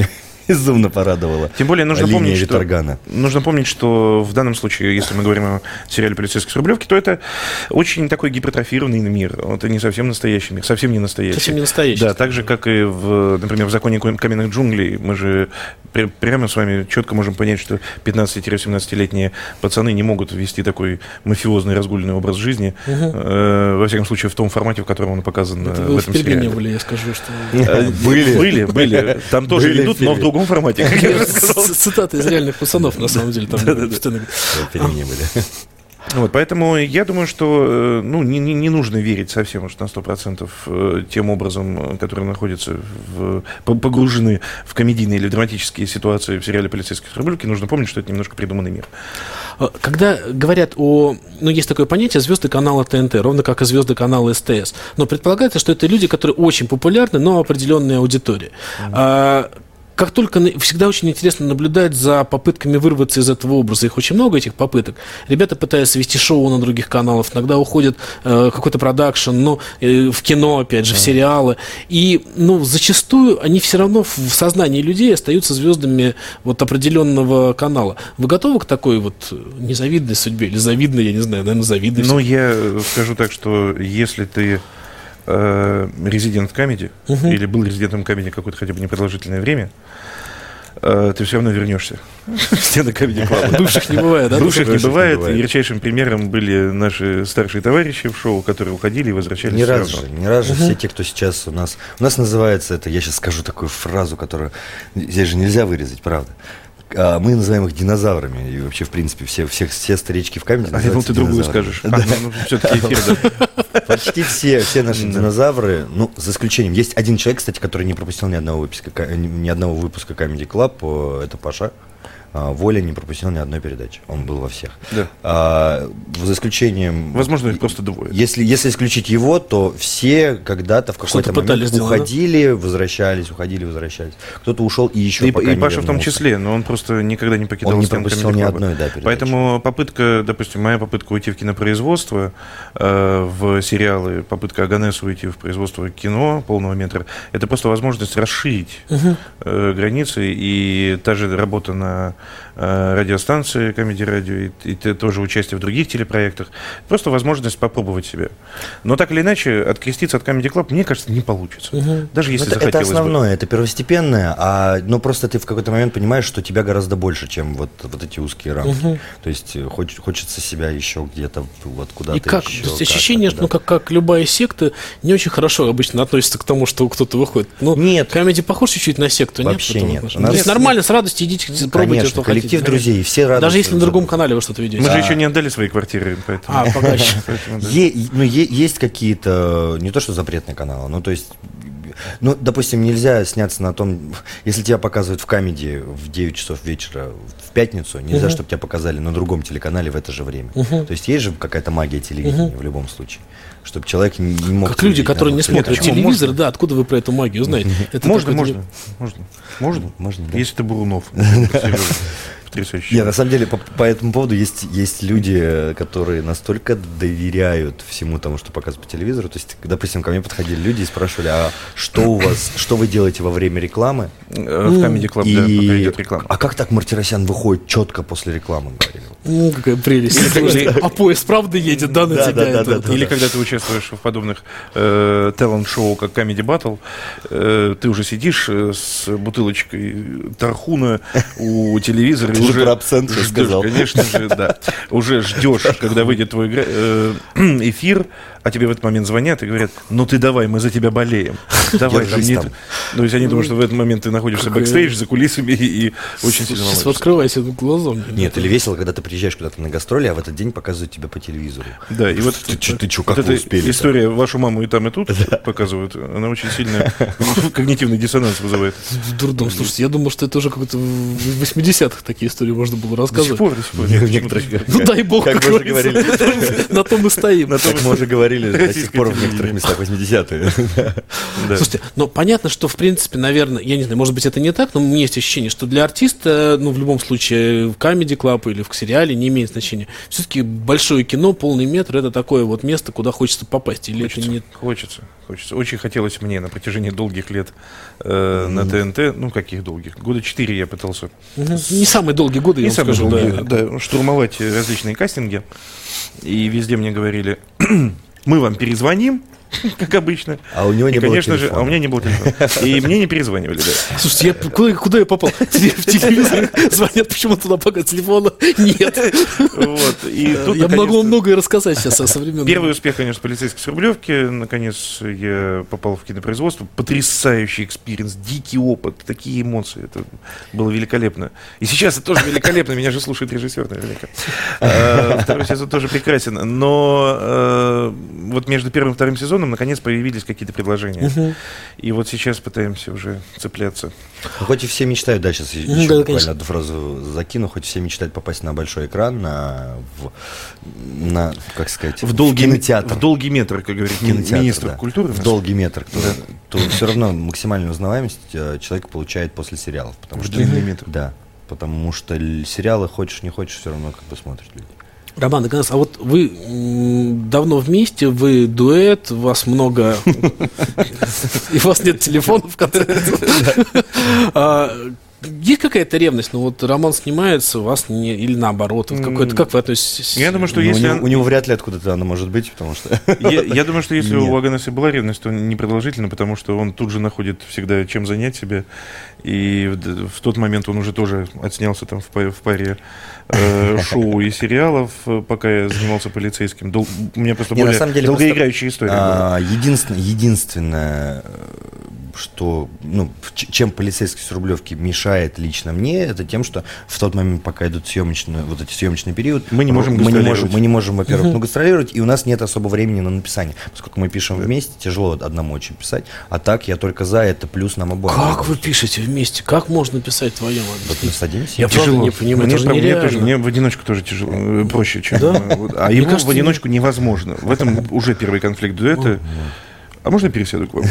Speaker 4: безумно порадовала.
Speaker 3: Тем более нужно
Speaker 4: линия
Speaker 3: помнить,
Speaker 4: Виторгана.
Speaker 3: Нужно помнить, что в данном случае, если мы говорим о сериале «Полицейский с Рублевки», то это очень такой гипертрофированный мир. Это не совсем настоящий мир, совсем не настоящий.
Speaker 2: Совсем не настоящий.
Speaker 3: Да, так же, как и, например, в «Законе каменных джунглей», мы же прямо с вами четко можем понять, что 15-17-летние пацаны не могут вести такой мафиозный, разгульный образ жизни, во всяком случае, в том формате, в котором он показан в этом сериале.
Speaker 2: Не были, я скажу, что...
Speaker 3: Были. Там тоже ведут, но в другом формате, как я сказал.
Speaker 2: Цитаты из реальных пацанов, на самом деле.
Speaker 4: Пельмени были.
Speaker 3: Вот, поэтому я думаю, что не нужно верить совсем уж на 100% тем образом, которые находятся погружены в комедийные или драматические ситуации в сериале «Полицейский с Рублевки». Нужно помнить, что это немножко придуманный мир.
Speaker 2: Когда говорят о... есть такое понятие звезды канала ТНТ, ровно как и звезды канала СТС. Но предполагается, что это люди, которые очень популярны, но определенная аудитория. Как только всегда очень интересно наблюдать за попытками вырваться из этого образа. Их очень много, этих попыток. Ребята пытаются вести шоу на других каналах, иногда уходят в какой-то продакшн, в кино, опять же, в сериалы. И зачастую они все равно в сознании людей остаются звездами определенного канала. Вы готовы к такой незавидной судьбе? Или завидной, я не знаю, наверное, завидной?
Speaker 3: Я скажу так, что если ты резидент Камеди, или был резидентом Камеди какое-то хотя бы непродолжительное время, ты все равно вернешься в стены Камеди Клаба.
Speaker 2: Бывших не бывает, да?
Speaker 3: Бывших не бывает. И ярчайшим примером были наши старшие товарищи в шоу, которые уходили и возвращались.
Speaker 4: Не раз же все те, кто сейчас у нас называется это, я сейчас скажу такую фразу, которую здесь же нельзя вырезать, правда. Мы называем их динозаврами. И вообще, в принципе, все старички в Камеди называются.
Speaker 3: Я думал, ты другую скажешь. Все-таки эфир, да.
Speaker 4: Почти все наши динозавры, за исключением. Есть один человек, кстати, который не пропустил ни одного выпуска Comedy Club, это Паша. Воля не пропустил ни одной передачи. Он был во всех.
Speaker 3: Да.
Speaker 4: За исключением...
Speaker 3: Возможно, их просто двое.
Speaker 4: Если исключить его, то все когда-то в какой-то момент уходили, возвращались. Кто-то ушел и еще пока не вернулся.
Speaker 3: И Паша в том числе, но он просто никогда не покидал
Speaker 4: стен Comedy Club. Он не пропустил ни одной передачи.
Speaker 3: Поэтому моя попытка уйти в кинопроизводство, в сериалы, попытка Аганесу уйти в производство кино полного метра, это просто возможность расширить границы. И та же работа на радиостанции Comedy Radio и тоже участие в других телепроектах. Просто возможность попробовать себя. Но так или иначе, откреститься от Comedy Club, мне кажется, не получится. Даже если захотелось бы.
Speaker 4: Это основное, это первостепенное, но просто ты в какой-то момент понимаешь, что тебя гораздо больше, чем вот эти узкие рамки. То есть хочется себя еще где-то куда-то.
Speaker 2: И как? То есть ощущение, что как любая секта, не очень хорошо обычно относится к тому, что кто-то выходит.
Speaker 4: Нет.
Speaker 2: Comedy похож чуть-чуть на секту,
Speaker 4: вообще
Speaker 2: нет?
Speaker 4: Вообще
Speaker 2: нет. То есть нормально, с радостью идите, пробуйте, что хотите.
Speaker 4: Коллектив друзей, все радуются.
Speaker 2: Даже если на другом канале вы что-то ведете.
Speaker 3: Мы же еще не отдали свои квартиры, поэтому...
Speaker 2: Пока еще.
Speaker 4: Есть какие-то, не то что запретные каналы, допустим, нельзя сняться на том, если тебя показывают в Камеди в 9 часов вечера в пятницу, нельзя, чтобы тебя показали на другом телеканале в это же время. То есть есть же какая-то магия телевидения в любом случае, чтобы человек не мог...
Speaker 2: Как люди, которые не смотрят телевизор, да, откуда вы про эту магию знаете?
Speaker 3: Можно. Если это Бурунов.
Speaker 4: Нет, на самом деле, по этому поводу есть люди, которые настолько доверяют всему тому, что показывают по телевизору. То есть, допустим, ко мне подходили люди и спрашивали, а что вы делаете во время рекламы?
Speaker 3: В Comedy Club, пока идет реклама.
Speaker 4: А как так Мартиросян выходит четко после рекламы, говорили?
Speaker 2: Какая прелесть. А поезд правда едет, да, на тебя?
Speaker 3: Или когда ты участвуешь в подобных талант-шоу, как Comedy Battle, ты уже сидишь с бутылочкой тархуна у телевизора,
Speaker 4: ты уже про абсент сказал.
Speaker 3: Конечно же, да. Уже ждешь, когда выйдет твой эфир, а тебе в этот момент звонят и говорят, ты давай, мы за тебя болеем. Давай, то есть они думают, что в этот момент ты находишься бэкстейдж за кулисами и очень сильно волнуешься.
Speaker 2: Открывайся глазом.
Speaker 4: Нет, или весело, когда ты приезжаешь куда-то на гастроле, а в этот день показывают тебя по телевизору.
Speaker 3: Да, и вот
Speaker 4: ты что, как вы успели?
Speaker 3: История вашу маму и там, и тут показывают, она очень сильно когнитивный диссонанс вызывает.
Speaker 2: Дурдом, слушайте, я думал, что это уже как-то в 80-х такие такие истории можно было рассказывать.
Speaker 3: До сих пор.
Speaker 2: Ну, дай бог,
Speaker 4: как мы уже говорили.
Speaker 2: На том мы стоим.
Speaker 4: Как мы уже говорили, до сих пор в некоторых местах 80-е.
Speaker 2: Слушайте, но понятно, что, в принципе, наверное, я не знаю, может быть, это не так, но у меня есть ощущение, что для артиста, ну, в любом случае, в Comedy Club или в сериале не имеет значения. Все-таки большое кино, полный метр, это такое вот место, куда хочется попасть. Или
Speaker 3: хочется,
Speaker 2: это не...
Speaker 3: Хочется. Очень хотелось мне на протяжении долгих лет на ТНТ, ну, каких долгих? Года 4 я пытался.
Speaker 2: Не самые долгие годы, я вам скажу.
Speaker 3: Да, штурмовать различные кастинги. И везде мне говорили, мы вам перезвоним, как обычно.
Speaker 4: А у него не было телефона.
Speaker 3: А у меня не было телефона. И мне не перезванивали, да.
Speaker 2: Слушайте, куда я попал? В телевизор звонят, почему туда пока телефона нет.
Speaker 3: Вот. И тут,
Speaker 2: я могу вам многое рассказать сейчас о современном.
Speaker 3: Первый успех, конечно, полицейский с Рублевки. Наконец я попал в кинопроизводство. Потрясающий экспириенс, дикий опыт, такие эмоции. Это было великолепно. И сейчас это тоже великолепно. Меня же слушает режиссер наверняка. Второй сезон тоже прекрасен. Но вот между первым и вторым сезоном наконец появились какие-то предложения. И вот сейчас пытаемся уже цепляться.
Speaker 4: Ну, хоть и все мечтают, да, сейчас еще буквально одну фразу закину, хоть все мечтают попасть на большой экран, на как сказать,
Speaker 3: в
Speaker 4: кинотеатр.
Speaker 3: В долгий метр, как говорит министр культуры.
Speaker 4: В долгий метр. То все равно максимальную узнаваемость человек получает после сериалов.
Speaker 3: В длинный метр.
Speaker 4: Да, потому что сериалы, хочешь не хочешь, все равно как бы смотрят люди.
Speaker 2: Роман, а вот вы давно вместе, вы дуэт, у вас много... И у вас нет телефонов, которые... Есть какая-то ревность? Ну вот Роман снимается, у вас не... Или наоборот, как вы относитесь?
Speaker 3: Я думаю, что если...
Speaker 4: У него вряд ли откуда-то она может быть, потому что...
Speaker 3: Я думаю, что если у Аганеса была ревность, то непродолжительно, потому что он тут же находит всегда чем занять себя. И в тот момент он уже тоже отснялся там в паре шоу и сериалов, пока я занимался полицейским. У меня просто более долгоиграющая история была.
Speaker 4: Единственное, что, чем полицейский с Рублевки мешает лично мне, это тем, что в тот момент, пока идут съемочный период,
Speaker 3: мы не можем,
Speaker 4: во-первых, гастролировать, и у нас нет особо времени на написание. Поскольку мы пишем вместе, тяжело одному очень писать, а так я только за, это плюс нам обоим.
Speaker 2: Как вы пишете вместе? Как можно писать вдвоем?
Speaker 4: Вот мы садимся.
Speaker 2: Я правда не понимаю, это же нереально.
Speaker 3: Мне в одиночку тоже тяжело, проще, чем... А ему в одиночку невозможно. В этом уже первый конфликт дуэта. А можно я пересяду к вам?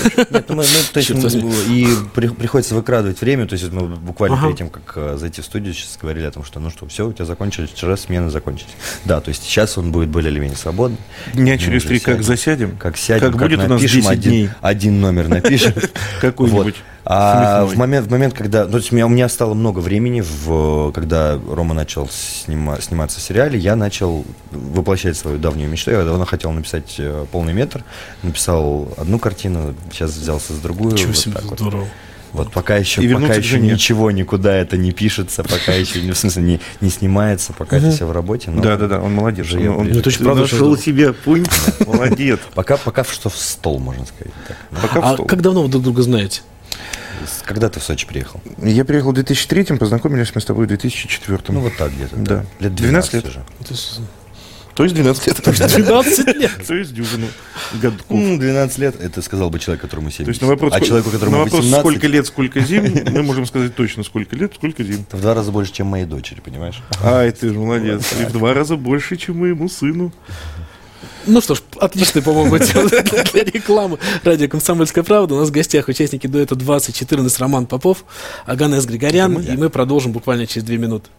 Speaker 4: И приходится выкрадывать время. То есть мы буквально перед тем, как зайти в студию, сейчас говорили о том, что все, у тебя закончились, вчера смены закончились. Да, то есть сейчас он будет более или менее свободный.
Speaker 3: Дня через 3 как засядем?
Speaker 4: Как сядем,
Speaker 3: как будет у нас 10 дней.
Speaker 4: Один номер напишем.
Speaker 3: Какой-нибудь.
Speaker 4: А в момент, когда... То есть у меня стало много времени, когда Рома начал сниматься в сериале, я начал воплощать свою давнюю мечту. Я давно хотел написать полный метр. Написал одну картину, сейчас взялся за другую.
Speaker 2: Ничего себе, здорово.
Speaker 4: Вот пока еще ничего никуда это не пишется, пока еще не снимается, пока это все в работе.
Speaker 3: Да, он молодец. Он
Speaker 2: нашел
Speaker 3: себе пункт, молодец.
Speaker 4: Пока что в стол, можно сказать.
Speaker 2: А как давно вы друг друга знаете?
Speaker 4: Когда ты в Сочи приехал?
Speaker 3: Я приехал в 2003-м, познакомились мы с тобой в 2004-м.
Speaker 4: Ну вот так где-то.
Speaker 3: Да.
Speaker 4: Лет 12 лет
Speaker 3: уже. То есть 12 лет.
Speaker 2: 12 лет.
Speaker 3: То есть дюжину годков.
Speaker 4: 12 лет, это сказал бы человек, которому 70.
Speaker 3: То есть на вопрос,
Speaker 4: человеку, которому 18...
Speaker 3: сколько лет, сколько зим, мы можем сказать точно, сколько лет, сколько зим.
Speaker 4: Это в 2 раза больше, чем моей дочери, понимаешь?
Speaker 3: Ай, ты же молодец. И в 2 раза больше, чем моему сыну.
Speaker 2: Ну что ж, отличный, по-моему, для рекламы. Радио «Комсомольская правда». У нас в гостях участники дуэта 2014 Роман Попов, Аганес Григорян. И мы продолжим буквально через 2 минуты.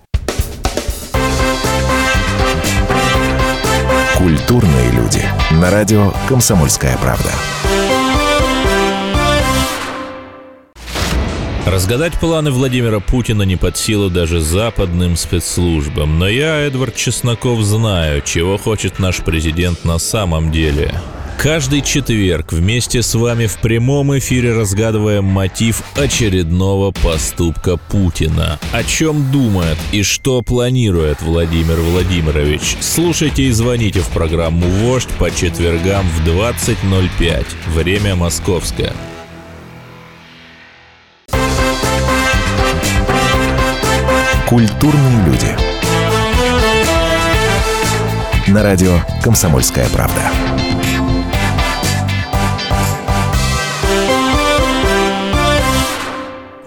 Speaker 1: Культурные люди. На радио «Комсомольская правда».
Speaker 6: Разгадать планы Владимира Путина не под силу даже западным спецслужбам. Но я, Эдвард Чесноков, знаю, чего хочет наш президент на самом деле. Каждый четверг вместе с вами в прямом эфире разгадываем мотив очередного поступка Путина. О чем думает и что планирует Владимир Владимирович? Слушайте и звоните в программу «Вождь» по четвергам в 20:05. Время московское.
Speaker 1: Культурные люди. На радио «Комсомольская правда».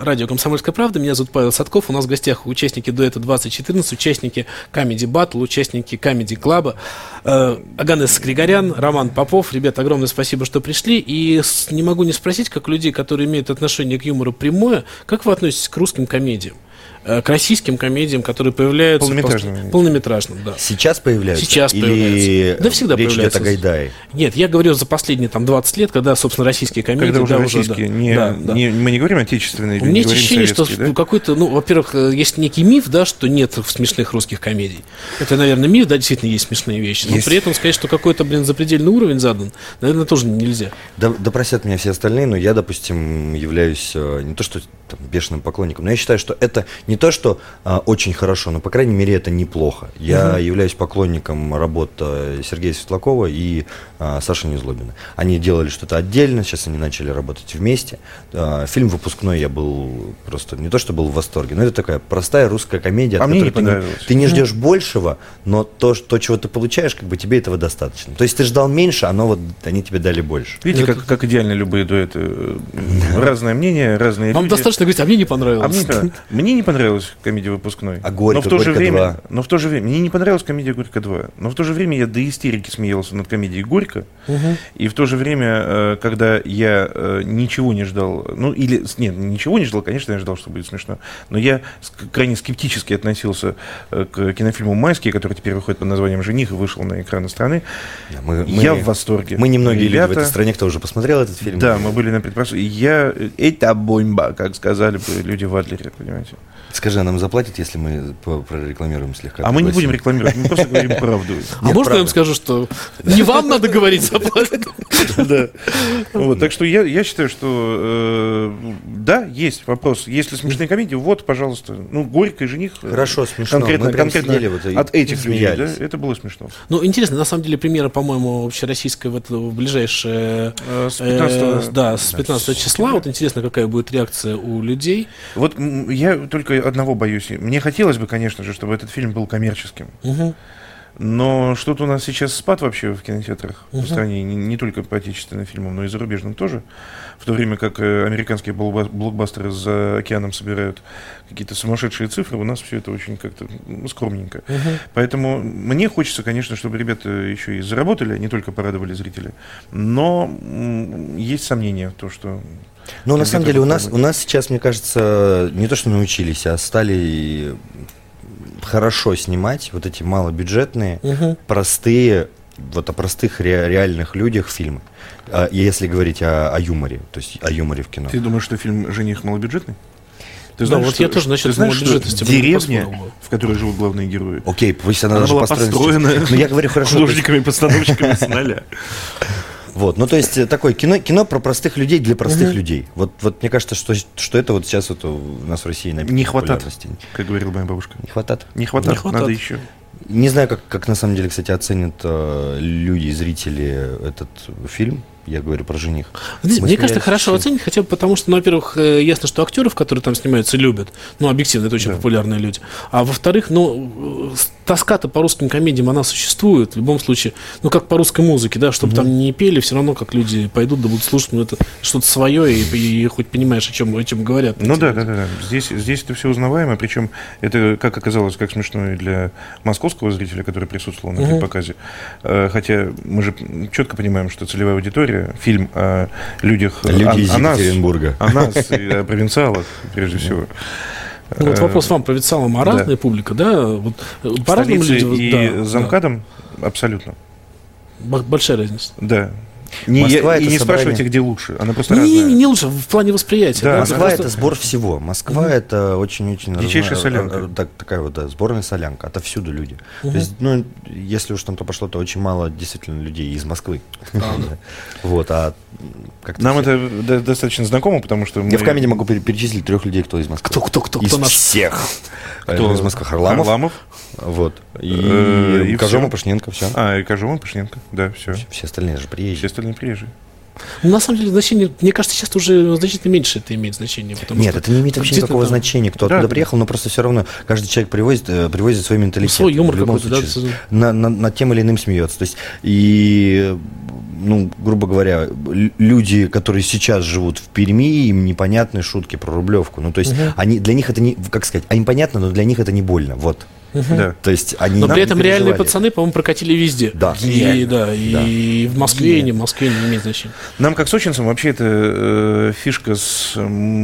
Speaker 2: радио «Комсомольская правда». Меня зовут Павел Садков. У нас в гостях участники дуэта 2014, участники Comedy Battle, участники Comedy Club. Оганес Григорян, Роман Попов. Ребята, огромное спасибо, что пришли. И не могу не спросить, как людей, которые имеют отношение к юмору прямое, как вы относитесь к русским комедиям? К российским комедиям, которые появляются... Полнометражным, да.
Speaker 4: Сейчас появляются?
Speaker 2: Сейчас
Speaker 4: Или
Speaker 2: да всегда
Speaker 4: речь
Speaker 2: появляются.
Speaker 4: идет о Гайдае?
Speaker 2: Нет, я говорю за последние 20 лет, когда, собственно, российские комедии...
Speaker 3: Когда уже российские, мы не говорим отечественные,
Speaker 2: у меня есть ощущение, что
Speaker 3: да?
Speaker 2: какой-то, во-первых, есть некий миф, да, что нет смешных русских комедий. Это, наверное, миф, да, действительно есть смешные вещи. Но при этом сказать, что какой-то, запредельный уровень задан, наверное, тоже нельзя.
Speaker 4: Да просят меня все остальные, но я, допустим, являюсь не то что бешеным поклонником, но я считаю, что это не то, что очень хорошо, но, по крайней мере, это неплохо. Я являюсь поклонником работ Сергея Светлакова и Саши Незлобина. Они делали что-то отдельно, сейчас они начали работать вместе. Фильм «Выпускной» я был просто, не то что был в восторге, но это такая простая русская комедия, от которой ты не ждешь большего, но то, чего ты получаешь, тебе этого достаточно. То есть ты ждал меньше, они тебе дали больше.
Speaker 3: Видите, как идеально любые дуэты. Разное мнение, разные люди.
Speaker 2: Вам достаточно говорить, а мне не понравилось.
Speaker 3: Мне не понравилась комедия «Выпускной».
Speaker 4: А «Горько»,
Speaker 3: но в то же время мне не понравилась комедия «Горько 2». Но в то же время я до истерики смеялся над комедией «Горько». И в то же время, когда я ничего не ждал, ничего не ждал, конечно, я ждал, что будет смешно, но я крайне скептически относился к кинофильму «Майский», который теперь выходит под названием «Жених» и вышел на экраны страны. Я в восторге.
Speaker 4: Мы немногие люди в этой стране, кто уже посмотрел этот фильм.
Speaker 3: Да, мы были на предпосылке. Это бомба, как сказали бы люди в Адлере, понимаете.
Speaker 4: Скажи, а нам заплатят, если мы прорекламируем слегка?
Speaker 3: А мы не будем рекламировать, мы просто говорим правду.
Speaker 2: Можно я вам скажу, что не вам надо говорить, заплатят?
Speaker 3: Да. Так что я считаю, что да, есть вопрос. Если смешные комедии, пожалуйста. «Горько» и «Жених».
Speaker 4: Хорошо, смешно.
Speaker 3: Конкретно
Speaker 4: от
Speaker 3: этих людей, да, это было смешно.
Speaker 2: Интересно, на самом деле, премьера, по-моему, общероссийская в ближайшее...
Speaker 3: С 15
Speaker 2: числа. Интересно, какая будет реакция у людей.
Speaker 3: Я только одного боюсь. Мне хотелось бы, конечно же, чтобы этот фильм был коммерческим. Но что-то у нас сейчас спад вообще в кинотеатрах в стране, не только по отечественным фильмам, но и зарубежным тоже. В то время как американские блокбастеры за океаном собирают какие-то сумасшедшие цифры, у нас все это очень как-то скромненько. Поэтому мне хочется, конечно, чтобы ребята еще и заработали, а не только порадовали зрителей. Но есть сомнения в том, что...
Speaker 4: Ну, на самом деле, у нас сейчас, мне кажется, не то что научились, а стали хорошо снимать вот эти малобюджетные, простые, о простых реальных людях фильмы. Если говорить о юморе, то есть о юморе в кино.
Speaker 3: Ты думаешь, что фильм «Жених» малобюджетный?
Speaker 2: Ты знаешь, я тоже насчет малобюджетности.
Speaker 3: Деревня, в которой живут главные герои.
Speaker 4: Окей, пусть она даже
Speaker 3: была построена
Speaker 4: но я говорю, хорошо,
Speaker 3: художниками-постановщиками с нуля.
Speaker 4: То есть такое кино про простых людей для простых людей. Вот мне кажется, что это сейчас у нас в России на
Speaker 3: не хватает, как говорила моя бабушка.
Speaker 4: Не хватает?
Speaker 3: Не хватает, надо еще.
Speaker 4: Не знаю, как на самом деле, кстати, оценят люди, зрители этот фильм. Я говорю про «Жених».
Speaker 2: Мне кажется, хорошо оценить, хотя бы потому, что, во-первых, ясно, что актеров, которые там снимаются, любят. Объективно, это очень популярные люди. А во-вторых, тоска-то по русским комедиям, она существует. В любом случае, как по русской музыке, да, чтобы там не пели, все равно как люди пойдут, да будут слушать, это что-то свое, и хоть понимаешь, о чем говорят.
Speaker 3: Да. Здесь это все узнаваемо, причем это, как оказалось, как смешно и для московского зрителя, который присутствовал на показе. Хотя мы же четко понимаем, что целевая аудитория, фильм о людях,
Speaker 4: из Екатеринбурга.
Speaker 3: О нас и о провинциалах, прежде всего.
Speaker 2: Вопрос вам, провинциалам, а разная публика, да?
Speaker 3: По-разному люди. И за МКАДом абсолютно.
Speaker 2: Большая разница.
Speaker 3: Да. Не спрашивайте, где лучше, она просто разная.
Speaker 2: Не лучше, в плане восприятия.
Speaker 4: Да, Москва это сбор всего. Москва это очень-очень...
Speaker 3: Дичайшая солянка.
Speaker 4: Такая сборная солянка. Отовсюду люди. То есть, если уж там-то пошло, то очень мало действительно людей из Москвы.
Speaker 3: Нам это достаточно знакомо, потому что
Speaker 4: я в Камеди могу перечислить 3 людей, кто из Москвы.
Speaker 2: Кто
Speaker 4: из
Speaker 2: наш?
Speaker 4: Всех. Кто из Москвы? Харламов. И Кожома, Пашненко, все.
Speaker 3: И Кожома, Пашненко, да, все.
Speaker 4: Все остальные же приезжие.
Speaker 3: Все остальные приезжие.
Speaker 2: На самом деле, значение, мне кажется, сейчас уже значительно меньше это имеет значение.
Speaker 4: Нет, это не имеет вообще никакого значения, кто оттуда приехал, но просто все равно каждый человек привозит свой менталитет.
Speaker 2: Свой юмор какой-то,
Speaker 4: над тем или иным смеется. То есть, и грубо говоря, люди, которые сейчас живут в Перми, им непонятны шутки про Рублевку. Ну, то есть, для них это не, как сказать, им понятно, но для них это не больно. Вот.
Speaker 3: Да.
Speaker 4: То есть они
Speaker 2: но при этом реальные пацаны, по-моему, прокатили везде.
Speaker 4: Да.
Speaker 2: И в Москве, и не в Москве, не имеет значения.
Speaker 3: Нам, как сочинцам, вообще это фишка с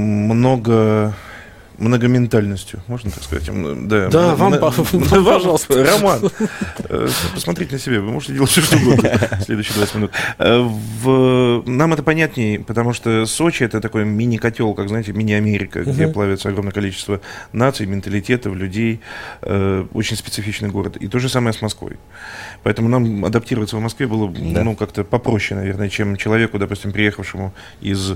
Speaker 3: многоментальностью, можно так сказать?
Speaker 2: Да, вам, пожалуйста.
Speaker 3: Роман, посмотрите на себя, вы можете делать все, что угодно в следующие 20 минут. Нам это понятнее, потому что Сочи — это такой мини-котел, как, знаете, мини-Америка, где плавится огромное количество наций, менталитетов, людей, очень специфичный город. И то же самое с Москвой. Поэтому нам адаптироваться в Москве было как-то попроще, наверное, чем человеку, допустим, приехавшему из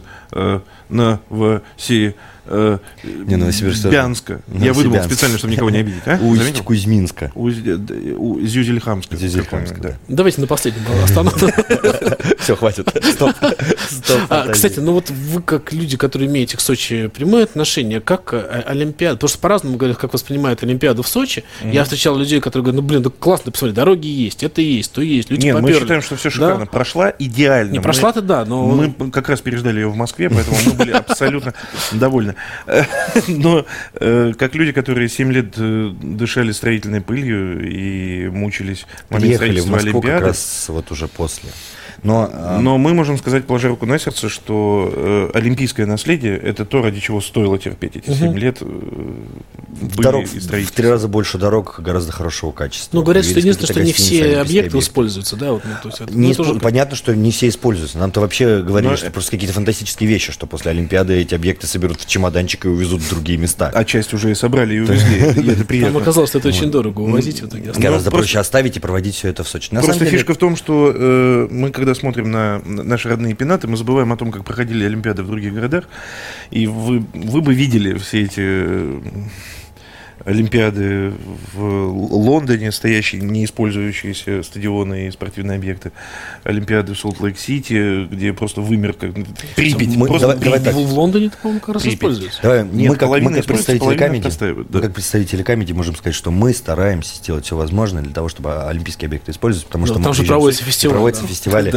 Speaker 3: Новосибирска. Я выдумал специально, чтобы никого не обидеть.
Speaker 4: Усть-Кузьминска.
Speaker 3: Зюзельхамска.
Speaker 4: Да.
Speaker 2: Давайте на последнем остановимся.
Speaker 4: Все, хватит. Стоп.
Speaker 2: Кстати, вот вы, как люди, которые имеете к Сочи прямое отношение, как Олимпиада, потому что по-разному говорят, как воспринимают Олимпиаду в Сочи. Я встречал людей, которые говорят, да классно, посмотри, дороги есть, это есть, то есть. Люди
Speaker 3: Нет,
Speaker 2: поперли.
Speaker 3: мы считаем, что все шикарно. Прошла идеально.
Speaker 2: Не прошла-то да, но...
Speaker 3: Мы как раз переждали ее в Москве, поэтому мы были абсолютно довольны. Но как люди, которые 7 лет дышали строительной пылью и мучились в момент строительства Олимпиады.
Speaker 4: Как раз вот уже после.
Speaker 3: Но мы можем сказать, положа руку на сердце, что олимпийское наследие — это то, ради чего стоило терпеть эти 7 лет.
Speaker 4: Дорог в 3 раза больше дорог гораздо хорошего качества.
Speaker 2: Ну, говорят, что единственное, что не все объекты используются, да?
Speaker 4: Понятно, что не все используются. Нам-то вообще говорили, что просто какие-то фантастические вещи, что после Олимпиады эти объекты соберут в чемоданчик и увезут в другие места.
Speaker 3: А часть уже и собрали, и увезли. И это приятно.
Speaker 2: Нам оказалось, что это очень дорого увозить в итоге.
Speaker 4: Гораздо проще оставить и проводить все это в Сочи.
Speaker 3: Просто фишка в том, что мы, когда смотрим на наши родные пенаты, мы забываем о том, как проходили Олимпиады в других городах. И вы бы видели все эти Олимпиады в Лондоне, стоящие, не использующиеся стадионы и спортивные объекты. Олимпиады в Солт-Лейк-Сити, где просто вымер как Припять.
Speaker 2: В Лондоне, по-моему, как раз используется.
Speaker 4: Мы как представители комедии можем сказать, что мы стараемся сделать все возможное для того, чтобы олимпийские объекты использовать, потому что
Speaker 2: там же проводятся фестивали.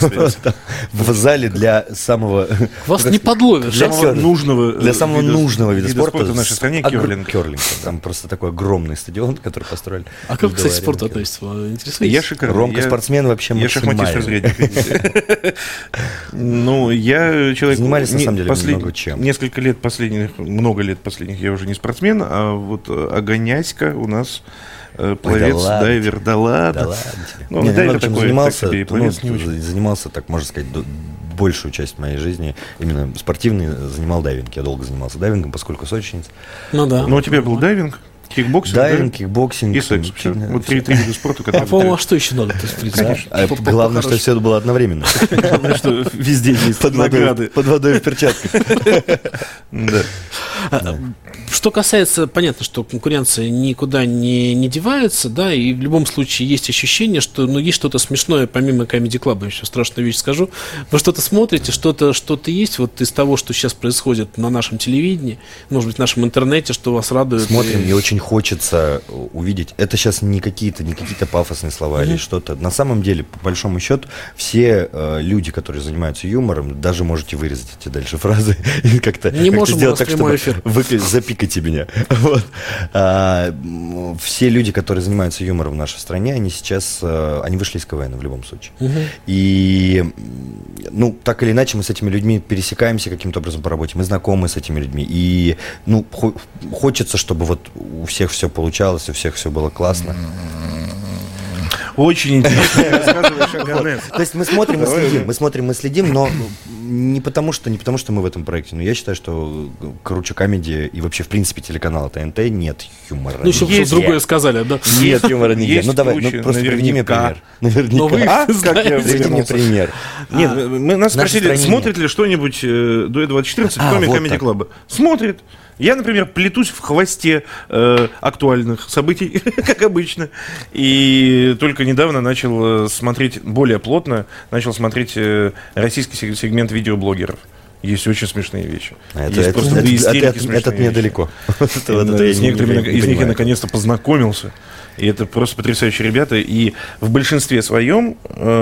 Speaker 4: В зале для самого...
Speaker 2: Вас не подловят.
Speaker 4: Для самого нужного вида спорта
Speaker 3: в нашей стране — керлинг.
Speaker 4: Там просто такой огромный стадион, который построили.
Speaker 2: А как, кстати, к спорту относится? Интересует?
Speaker 3: Я шикарный.
Speaker 4: Ромка спортсмен вообще максимальный.
Speaker 3: Я шахматист разрядник. Ну, я человек...
Speaker 4: Занимались, на самом деле, много чем.
Speaker 3: Несколько лет последних, много лет последних я уже не спортсмен, а вот Огоняська у нас пловец, дайвер. Да ладно.
Speaker 4: Ну, дайвер такой, занимался, так можно сказать, большую часть моей жизни именно спортивный занимал дайвинг. Я долго занимался дайвингом, поскольку сочинец.
Speaker 2: Ну да.
Speaker 3: Но у тебя был дайвинг, кикбоксинг,
Speaker 4: дайвинг, кикбоксинг
Speaker 3: и секс. Вот три вида спорта, которые...
Speaker 2: По-моему, а что еще надо?
Speaker 4: Главное, что все это было одновременно.
Speaker 3: Главное, что везде есть награды.
Speaker 4: Под водой в перчатках.
Speaker 2: Что касается, понятно, что конкуренция никуда не девается, да, и в любом случае есть ощущение, что есть что-то смешное, помимо Comedy Club, еще страшную вещь скажу. Вы что-то смотрите, что-то есть вот из того, что сейчас происходит на нашем телевидении, может быть, в нашем интернете, что вас радует.
Speaker 4: Смотрим, мне очень хочется увидеть. Это сейчас не какие-то пафосные слова или что-то. На самом деле, по большому счету, все люди, которые занимаются юмором, даже можете вырезать эти дальше фразы и как-то сделать так, чтобы запикайте меня. Вот. Все люди, которые занимаются юмором в нашей стране, они сейчас, они вышли из КВН в любом случае. И, так или иначе, мы с этими людьми пересекаемся каким-то образом по работе, мы знакомы с этими людьми, и, хочется, чтобы вот у всех все получалось, у всех все было классно.
Speaker 3: Очень интересно рассказываешь о КВН.
Speaker 4: То есть мы смотрим и следим, но не потому что мы в этом проекте. Но я считаю, что круче комедии и вообще, в принципе, телеканала ТНТ нет юмора.
Speaker 2: Ну, еще что другое сказали, да?
Speaker 4: Нет юмора нигде. Ну, давай, просто приведи мне пример. Наверняка. Приведи мне пример.
Speaker 3: Нет, нас спросили, смотрит ли что-нибудь Дуэт-2014, кроме Comedy Club. Смотрит. Я, например, плетусь в хвосте актуальных событий, как обычно, и только недавно начал смотреть более плотно, российский сегмент видеоблогеров. Есть очень смешные вещи.
Speaker 4: Этот мне далеко.
Speaker 3: С некоторыми из них я наконец-то познакомился. И это просто потрясающие ребята. И в большинстве своем,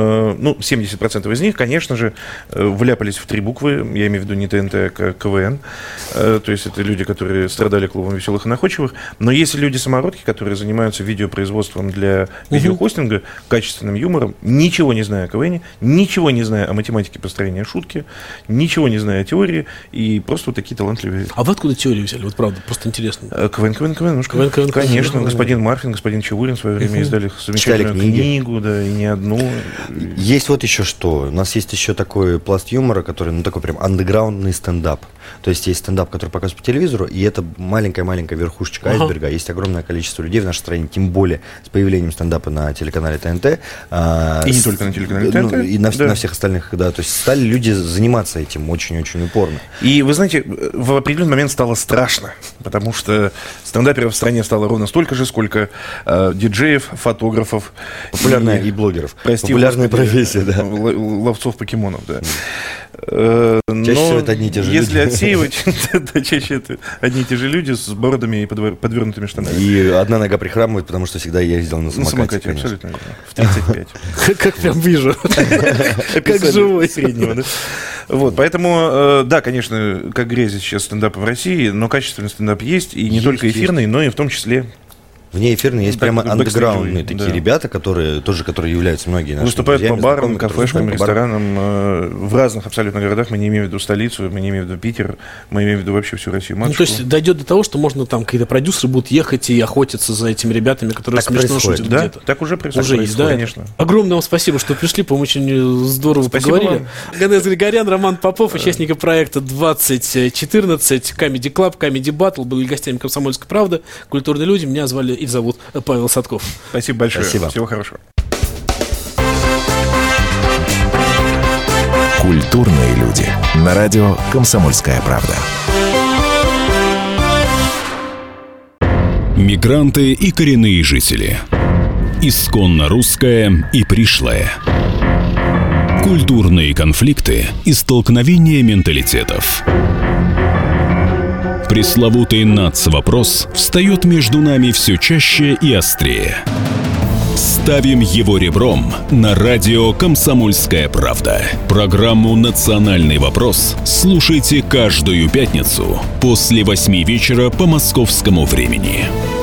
Speaker 3: 70% из них, конечно же, вляпались в 3 буквы. Я имею в виду не ТНТ, а КВН. То есть это люди, которые страдали клубом веселых и находчивых. Но есть люди-самородки, которые занимаются видеопроизводством для видеохостинга, качественным юмором, ничего не зная о КВН, ничего не зная о математике построения шутки, ничего не зная о теории, и просто вот такие талантливые.
Speaker 2: А вы откуда теорию взяли? Вот правда, просто интересно.
Speaker 3: КВН. Конечно, господин Марфин, господин Чевурин в свое время издали замечательную книгу, да, и не одну.
Speaker 4: Есть вот еще что. У нас есть еще такой пласт юмора, который, такой прям андеграундный стендап. То есть стендап, который показывают по телевизору, и это маленькая-маленькая верхушечка айсберга. Есть огромное количество людей в нашей стране, тем более с появлением стендапа на телеканале ТНТ.
Speaker 3: И не только на телеканале ТНТ.
Speaker 4: И на всех остальных, да. То есть стали люди заниматься этим очень-очень упорно.
Speaker 3: И вы знаете, в определенный момент стало страшно, потому что стендаперов в стране стало ровно столько же, сколько диджеев, фотографов.
Speaker 4: И блогеров. Популярная профессия, да.
Speaker 3: Ловцов покемонов, да.
Speaker 4: Чаще всего это одни и те же
Speaker 3: если люди. Отсеивать, то чаще это одни и те же люди с бородами и подвернутыми штанами.
Speaker 4: И одна нога прихрамывает, потому что всегда я ездил на самокате.
Speaker 3: Абсолютно верно. В 35.
Speaker 2: Как прям вижу. Как живой.
Speaker 3: Среднего, да? Вот, поэтому, да, конечно, как грязь сейчас стендапа в России, но качественный стендап есть, и не только эфирный, но и в том числе...
Speaker 4: Вне эфирные есть прямо андеграундные такие ребята, которые являются многие нашими
Speaker 3: выступают
Speaker 4: друзьями,
Speaker 3: по барам, кафешкам, ресторанам в разных абсолютно городах. Мы не имеем в виду столицу, мы не имеем в виду Питер, мы имеем в виду вообще всю Россию.
Speaker 2: То есть дойдет до того, что можно там какие-то продюсеры будут ехать и охотиться за этими ребятами, которые так смешно шутят где-то.
Speaker 3: Так уже происходит.
Speaker 2: Уже есть, да? Конечно. Огромное вам спасибо, что пришли, по-моему, очень здорово поговорили. Ганес Григорян, Роман Попов, участники проекта 2014, Comedy Club, Comedy Battle, были гостями «Комсомольской правды», культурные люди. Меня звали и зовут Павел Садков.
Speaker 3: Спасибо большое.
Speaker 4: Спасибо.
Speaker 3: Всего хорошего.
Speaker 1: Культурные люди. На радио «Комсомольская правда».
Speaker 7: Мигранты и коренные жители. Исконно русское и пришлое. Культурные конфликты и столкновения менталитетов. Пресловутый НАЦ-вопрос встает между нами все чаще и острее. Ставим его ребром на радио «Комсомольская правда». Программу «Национальный вопрос» слушайте каждую пятницу после 8 вечера по московскому времени.